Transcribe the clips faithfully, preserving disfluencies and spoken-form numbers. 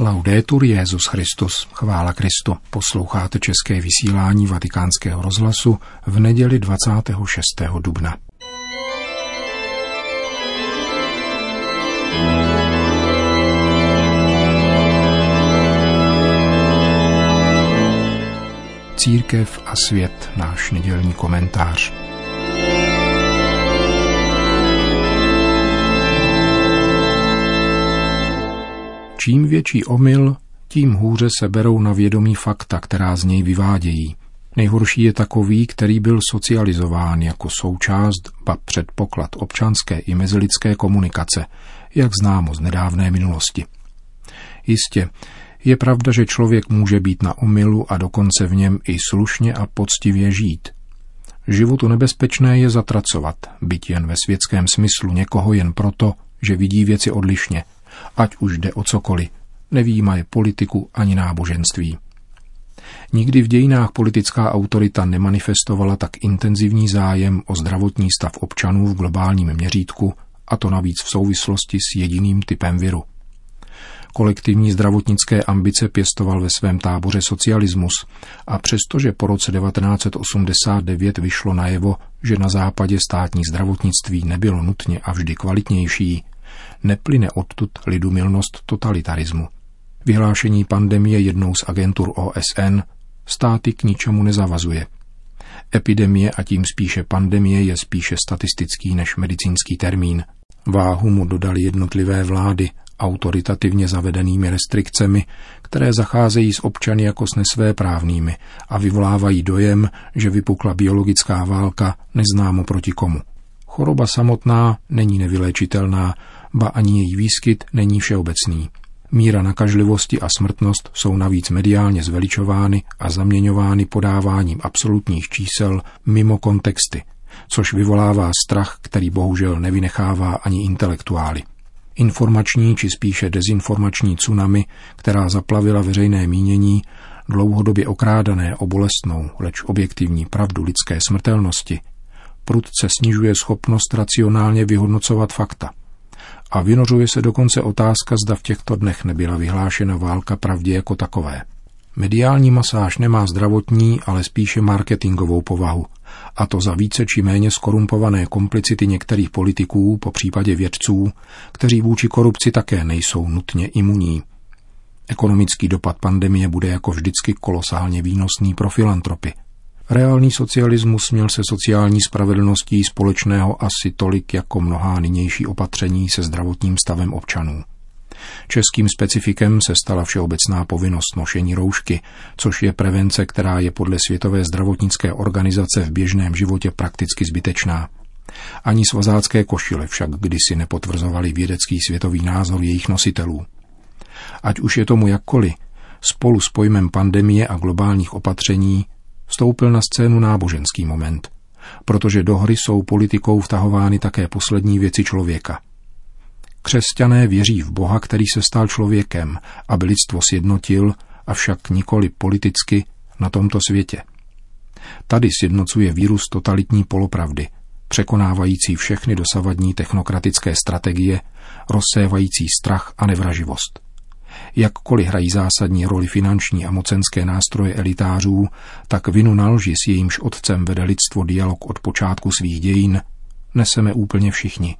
Laudetur Jesus Christus, chvála Kristu. Posloucháte české vysílání Vatikánského rozhlasu v neděli dvacátého šestého dubna. Církev a svět, náš nedělní komentář. Čím větší omyl, tím hůře se berou na vědomí fakta, která z něj vyvádějí. Nejhorší je takový, který byl socializován jako součást, ba předpoklad občanské i mezilidské komunikace, jak známo z nedávné minulosti. Jistě, je pravda, že člověk může být na omylu a dokonce v něm i slušně a poctivě žít. Životu nebezpečné je zatracovat, byť jen ve světském smyslu někoho jen proto, že vidí věci odlišně, ať už jde o cokoliv, nevyjímaje politiku ani náboženství. Nikdy v dějinách politická autorita nemanifestovala tak intenzivní zájem o zdravotní stav občanů v globálním měřítku, a to navíc v souvislosti s jediným typem viru. Kolektivní zdravotnické ambice pěstoval ve svém táboře socialismus a přestože po roce devatenáct set osmdesát devět vyšlo najevo, že na západě státní zdravotnictví nebylo nutně a vždy kvalitnější, neplyne odtud lidumilnost totalitarismu. Vyhlášení pandemie jednou z agentur O S N státy k ničemu nezavazuje. Epidemie a tím spíše pandemie je spíše statistický než medicínský termín. Váhu mu dodaly jednotlivé vlády autoritativně zavedenými restrikcemi, které zacházejí s občany jako s nesvéprávnými a vyvolávají dojem, že vypukla biologická válka neznámo proti komu. Choroba samotná není nevyléčitelná, ba ani její výskyt není všeobecný. Míra nakažlivosti a smrtnost jsou navíc mediálně zveličovány a zaměňovány podáváním absolutních čísel mimo kontexty, což vyvolává strach, který bohužel nevynechává ani intelektuály. Informační či spíše dezinformační tsunami, která zaplavila veřejné mínění, dlouhodobě okrádané o bolestnou, leč objektivní pravdu lidské smrtelnosti, prudce snižuje schopnost racionálně vyhodnocovat fakta. A vynořuje se dokonce otázka, zda v těchto dnech nebyla vyhlášena válka pravdě jako takové. Mediální masáž nemá zdravotní, ale spíše marketingovou povahu, a to za více či méně skorumpované komplicity některých politiků, po případě vědců, kteří vůči korupci také nejsou nutně imunní. Ekonomický dopad pandemie bude jako vždycky kolosálně výnosný pro filantropy. Reálný socialismus měl se sociální spravedlností společného asi tolik jako mnohá nynější opatření se zdravotním stavem občanů. Českým specifikem se stala všeobecná povinnost nošení roušky, což je prevence, která je podle Světové zdravotnické organizace v běžném životě prakticky zbytečná. Ani svazácké košile však kdysi nepotvrzovaly vědecký světový názor jejich nositelů. Ať už je tomu jakkoliv, spolu s pojmem pandemie a globálních opatření vstoupil na scénu náboženský moment, protože do hry jsou politikou vtahovány také poslední věci člověka. Křesťané věří v Boha, který se stal člověkem, aby lidstvo sjednotil, avšak nikoli politicky, na tomto světě. Tady sjednocuje vírus totalitní polopravdy, překonávající všechny dosavadní technokratické strategie, rozsévající strach a nevraživost. Jakkoliv hrají zásadní roli finanční a mocenské nástroje elitářů, tak vinu na lži, s jejímž otcem vede lidstvo dialog od počátku svých dějin, neseme úplně všichni.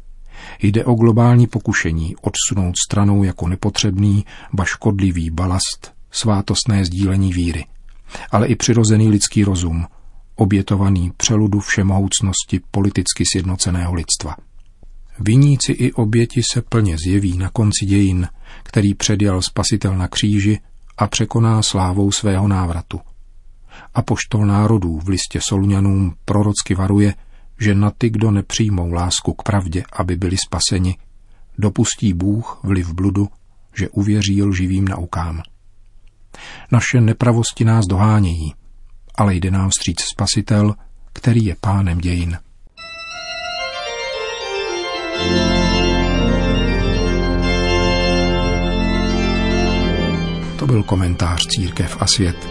Jde o globální pokušení odsunout stranou jako nepotřebný, ba škodlivý balast svátostné sdílení víry, ale i přirozený lidský rozum, obětovaný přeludu všemohoucnosti politicky sjednoceného lidstva. Viníci i oběti se plně zjeví na konci dějin, který předjal Spasitel na kříži a překoná slávou svého návratu. Apoštol národů v listě Soluňanům prorocky varuje, že na ty, kdo nepřijmou lásku k pravdě, aby byli spaseni, dopustí Bůh vliv bludu, že uvěří lživým naukám. Naše nepravosti nás dohánějí, ale jde nám vstříc Spasitel, který je pánem dějin. To byl komentář Církev a svět.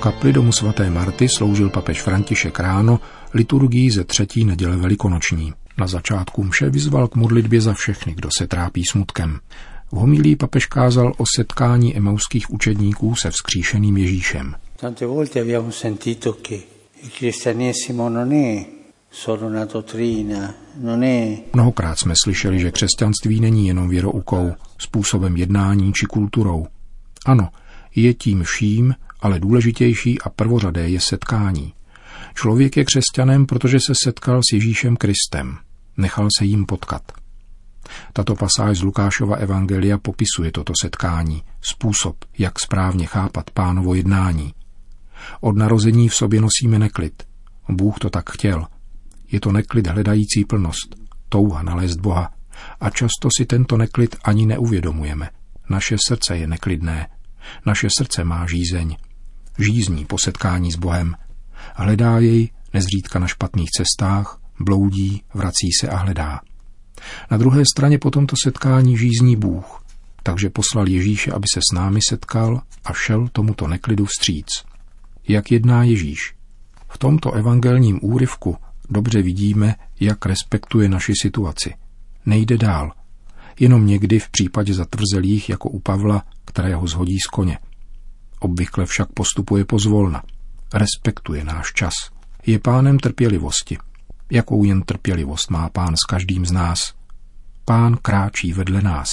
kapli domu svaté Marty sloužil papež František ráno liturgii ze třetí neděle velikonoční. Na začátku mše vyzval k modlitbě za všechny, kdo se trápí smutkem. V homilii papež kázal o setkání emauských učedníků se vzkříšeným Ježíšem. Tante volte abbiamo sentito che il cristianesimo non è solo una dottrina, non è... Mnohokrát jsme slyšeli, že křesťanství není jenom věroukou, způsobem jednání či kulturou. Ano, je tím vším, ale důležitější a prvořadé je setkání. Člověk je křesťanem, protože se setkal s Ježíšem Kristem. Nechal se jím potkat. Tato pasáž z Lukášova evangelia popisuje toto setkání, způsob, jak správně chápat Pánovo jednání. Od narození v sobě nosíme neklid. Bůh to tak chtěl. Je to neklid hledající plnost, touha nalézt Boha. A často si tento neklid ani neuvědomujeme. Naše srdce je neklidné. Naše srdce má žízeň. Žízní po setkání s Bohem. Hledá jej nezřídka na špatných cestách, bloudí, vrací se a hledá. Na druhé straně po tomto setkání žízní Bůh, takže poslal Ježíše, aby se s námi setkal a šel tomuto neklidu vstříc. Jak jedná Ježíš? V tomto evangelním úryvku dobře vidíme, jak respektuje naši situaci. Nejde dál. Jenom někdy v případě zatvrzelých jako u Pavla, kterého zhodí z koně. Obvykle však postupuje pozvolna. Respektuje náš čas. Je pánem trpělivosti. Jakou jen trpělivost má Pán s každým z nás? Pán kráčí vedle nás.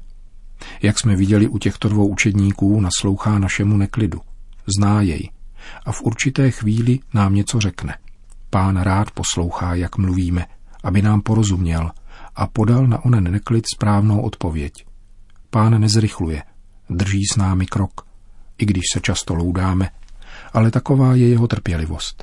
Jak jsme viděli u těchto dvou učedníků, naslouchá našemu neklidu. Zná jej. A v určité chvíli nám něco řekne. Pán rád poslouchá, jak mluvíme, aby nám porozuměl a podal na onen neklid správnou odpověď. Pán nezrychluje, drží s námi krok, i když se často loudáme, ale taková je jeho trpělivost.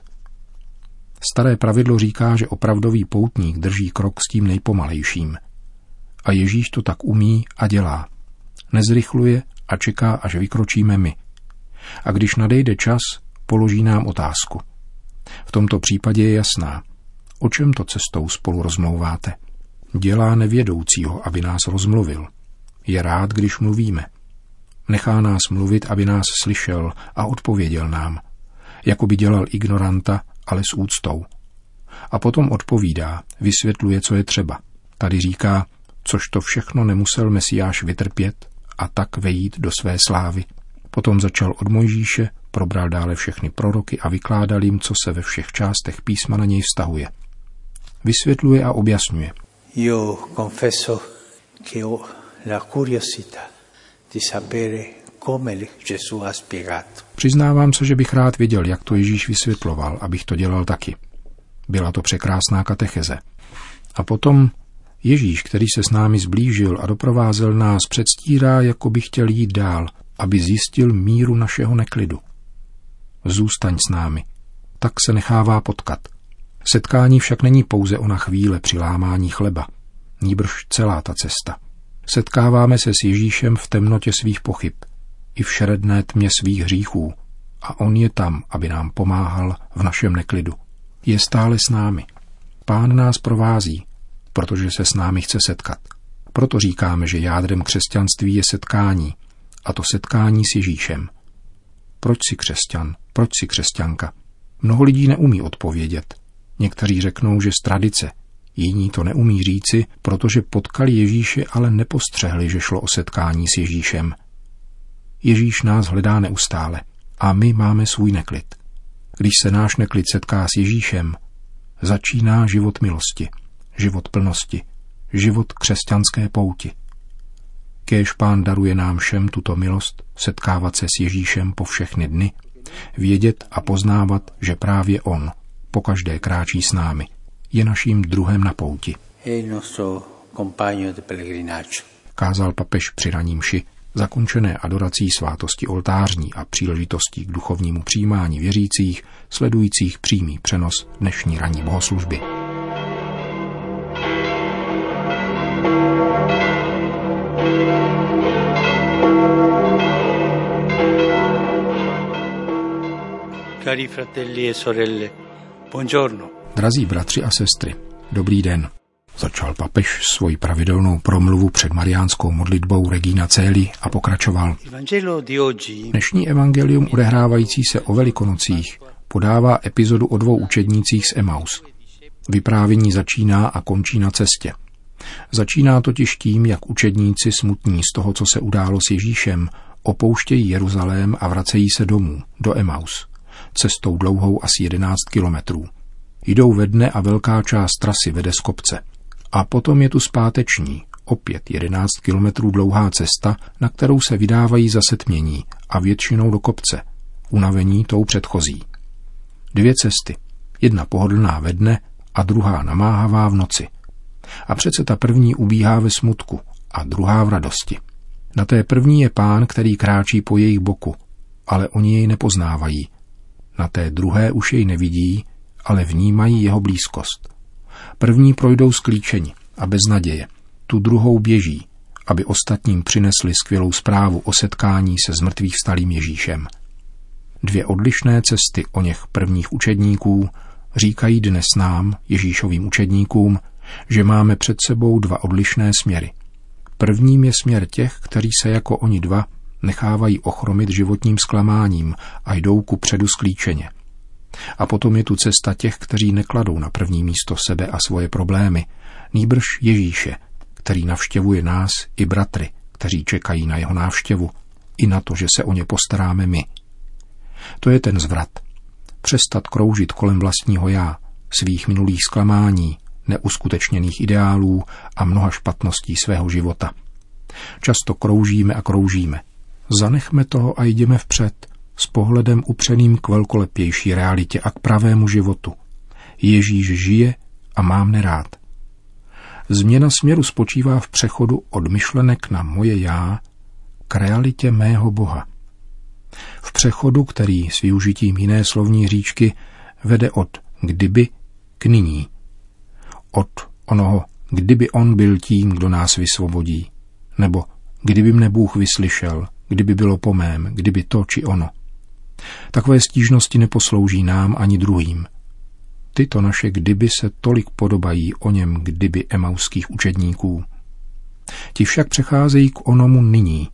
Staré pravidlo říká, že opravdový poutník drží krok s tím nejpomalejším. A Ježíš to tak umí a dělá. Nezrychluje a čeká, až vykročíme my. A když nadejde čas, položí nám otázku. V tomto případě je jasná. O čem to cestou spolu rozmlouváte? Dělá nevědoucího, aby nás rozmluvil. Je rád, když mluvíme. Nechá nás mluvit, aby nás slyšel a odpověděl nám. Jako by dělal ignoranta, ale s úctou. A potom odpovídá, vysvětluje, co je třeba. Tady říká, což to všechno nemusel Mesiáš vytrpět a tak vejít do své slávy. Potom začal od Mojžíše, probral dále všechny proroky a vykládal jim, co se ve všech částech písma na něj vztahuje. Vysvětluje a objasňuje. Io confesso che ho la curiosità di sapere come Gesù ha spiegato. Přiznávám se, že bych rád věděl, jak to Ježíš vysvětloval, abych to dělal taky. Byla to překrásná katecheze. A potom Ježíš, který se s námi zblížil a doprovázel nás, předstírá, jako by chtěl jít dál, aby zjistil míru našeho neklidu. Zůstaň s námi. Tak se nechává potkat. Setkání však není pouze ona chvíle při lámání chleba, nýbrž celá ta cesta. Setkáváme se s Ježíšem v temnotě svých pochyb, i v šeredné tmě svých hříchů, a on je tam, aby nám pomáhal v našem neklidu. Je stále s námi. Pán nás provází, protože se s námi chce setkat. Proto říkáme, že jádrem křesťanství je setkání, a to setkání s Ježíšem. Proč si křesťan? Proč si křesťanka? Mnoho lidí neumí odpovědět. Někteří řeknou, že z tradice. Jiní to neumí říci, protože potkali Ježíše, ale nepostřehli, že šlo o setkání s Ježíšem. Ježíš nás hledá neustále a my máme svůj neklid. Když se náš neklid setká s Ježíšem, začíná život milosti, život plnosti, život křesťanské pouti. Kéž Pán daruje nám všem tuto milost, setkávat se s Ježíšem po všechny dny, vědět a poznávat, že právě on pokaždé kráčí s námi, je naším druhem na pouti. Kázal papež při raní mši, zakončené adorací svátosti oltářní a příležitostí k duchovnímu přijímání věřících, sledujících přímý přenos dnešní ranní bohoslužby. Cari fratelli e sorelle, buongiorno. Drazí bratři a sestry, dobrý den. Začal papež svoji pravidelnou promluvu před mariánskou modlitbou Regina Coeli a pokračoval. Dnešní evangelium odehrávající se o Velikonocích podává epizodu o dvou učednících z Emaus. Vyprávění začíná a končí na cestě. Začíná totiž tím, jak učedníci smutní z toho, co se událo s Ježíšem, opouštějí Jeruzalém a vracejí se domů, do Emaus, cestou dlouhou asi jedenáct kilometrů. Jdou ve dne a velká část trasy vede z kopce. A potom je tu zpáteční, opět jedenáct kilometrů dlouhá cesta, na kterou se vydávají za setmění a většinou do kopce, unavení tou předchozí. Dvě cesty, jedna pohodlná ve dne a druhá namáhavá v noci. A přece ta první ubíhá ve smutku a druhá v radosti. Na té první je Pán, který kráčí po jejich boku, ale oni jej nepoznávají. Na té druhé už jej nevidí, ale vnímají jeho blízkost. První projdou sklíčeni a bez naděje, tu druhou běží, aby ostatním přinesli skvělou zprávu o setkání se zmrtvých vstalým Ježíšem. Dvě odlišné cesty o něch prvních učedníků říkají dnes nám, Ježíšovým učedníkům, že máme před sebou dva odlišné směry. Prvním je směr těch, kteří se jako oni dva nechávají ochromit životním zklamáním a jdou ku předu sklíčeně. A potom je tu cesta těch, kteří nekladou na první místo sebe a svoje problémy, nýbrž Ježíše, který navštěvuje nás i bratry, kteří čekají na jeho návštěvu, i na to, že se o ně postaráme my. To je ten zvrat. Přestat kroužit kolem vlastního já, svých minulých zklamání, neuskutečněných ideálů a mnoha špatností svého života. Často kroužíme a kroužíme. Zanechme toho a jdeme vpřed, s pohledem upřeným k velkolepější realitě a k pravému životu. Ježíš žije a mám mne rád. Změna směru spočívá v přechodu od myšlenek na moje já k realitě mého Boha. V přechodu, který s využitím jiné slovní říčky vede od kdyby k nyní. Od onoho, kdyby on byl tím, kdo nás vysvobodí, nebo kdyby mne Bůh vyslyšel, kdyby bylo po mém, kdyby to či ono. Takové stížnosti neposlouží nám ani druhým. Tyto naše kdyby se tolik podobají o něm kdyby emauských učedníků. Ti však přecházejí k onomu nyní.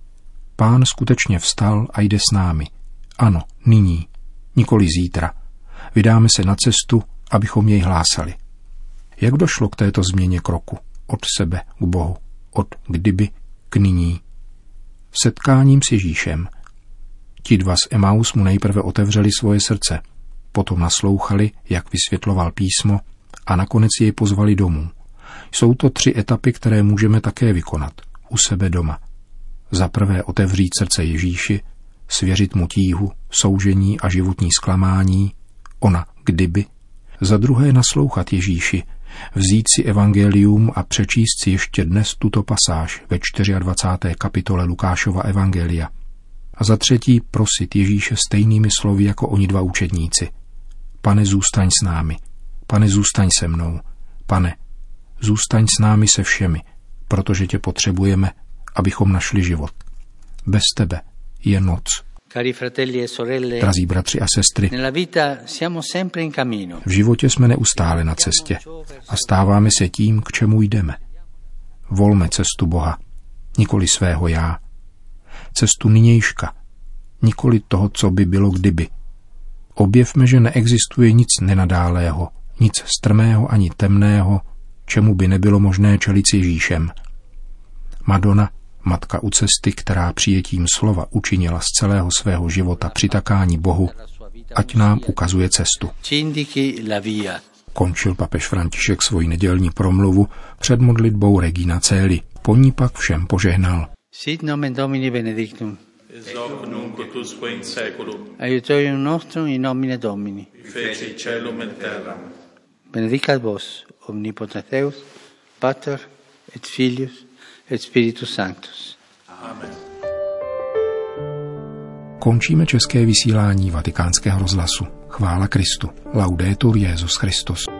Pán skutečně vstal a jde s námi. Ano, nyní, nikoli zítra. Vydáme se na cestu, abychom jej hlásali. Jak došlo k této změně kroku? Od sebe k Bohu, od kdyby k nyní. Setkáním s Ježíšem. Ti dva z Emaus mu nejprve otevřeli svoje srdce, potom naslouchali, jak vysvětloval písmo, a nakonec jej pozvali domů. Jsou to tři etapy, které můžeme také vykonat, u sebe doma. Za prvé otevřít srdce Ježíši, svěřit mu tíhu, soužení a životní zklamání, ona kdyby. Za druhé naslouchat Ježíši, vzít si evangelium a přečíst si ještě dnes tuto pasáž ve dvacáté čtvrté kapitole Lukášova evangelia. A za třetí prosit Ježíše stejnými slovy jako oni dva učedníci. Pane, zůstaň s námi. Pane, zůstaň se mnou. Pane, zůstaň s námi se všemi, protože tě potřebujeme, abychom našli život. Bez tebe je noc. Drazí bratři a sestry, v životě jsme neustále na cestě a stáváme se tím, k čemu jdeme. Volme cestu Boha, nikoli svého já. Cestu nynějška, nikoli toho, co by bylo kdyby. Objevme, že neexistuje nic nenadálého, nic strmého ani temného, čemu by nebylo možné čelit s Ježíšem. Madonna, matka u cesty, která přijetím slova učinila z celého svého života přitakání Bohu, ať nám ukazuje cestu. Končil papež František svoji nedělní promluvu před modlitbou Regina Coeli. Po ní pak všem požehnal. Sit nomen Domini benedictum. Es hoc nunc et usque in saeculum. Aiutorium nostrum in nomine Domini. Qui feci caelum et terram. Benedicat vos, omnipotens Deus, Pater et Filius et Spiritus Sanctus. Amen. Končíme české vysílání Vatikánského rozhlasu. Chvála Kristu. Laudetur Jesus Christus.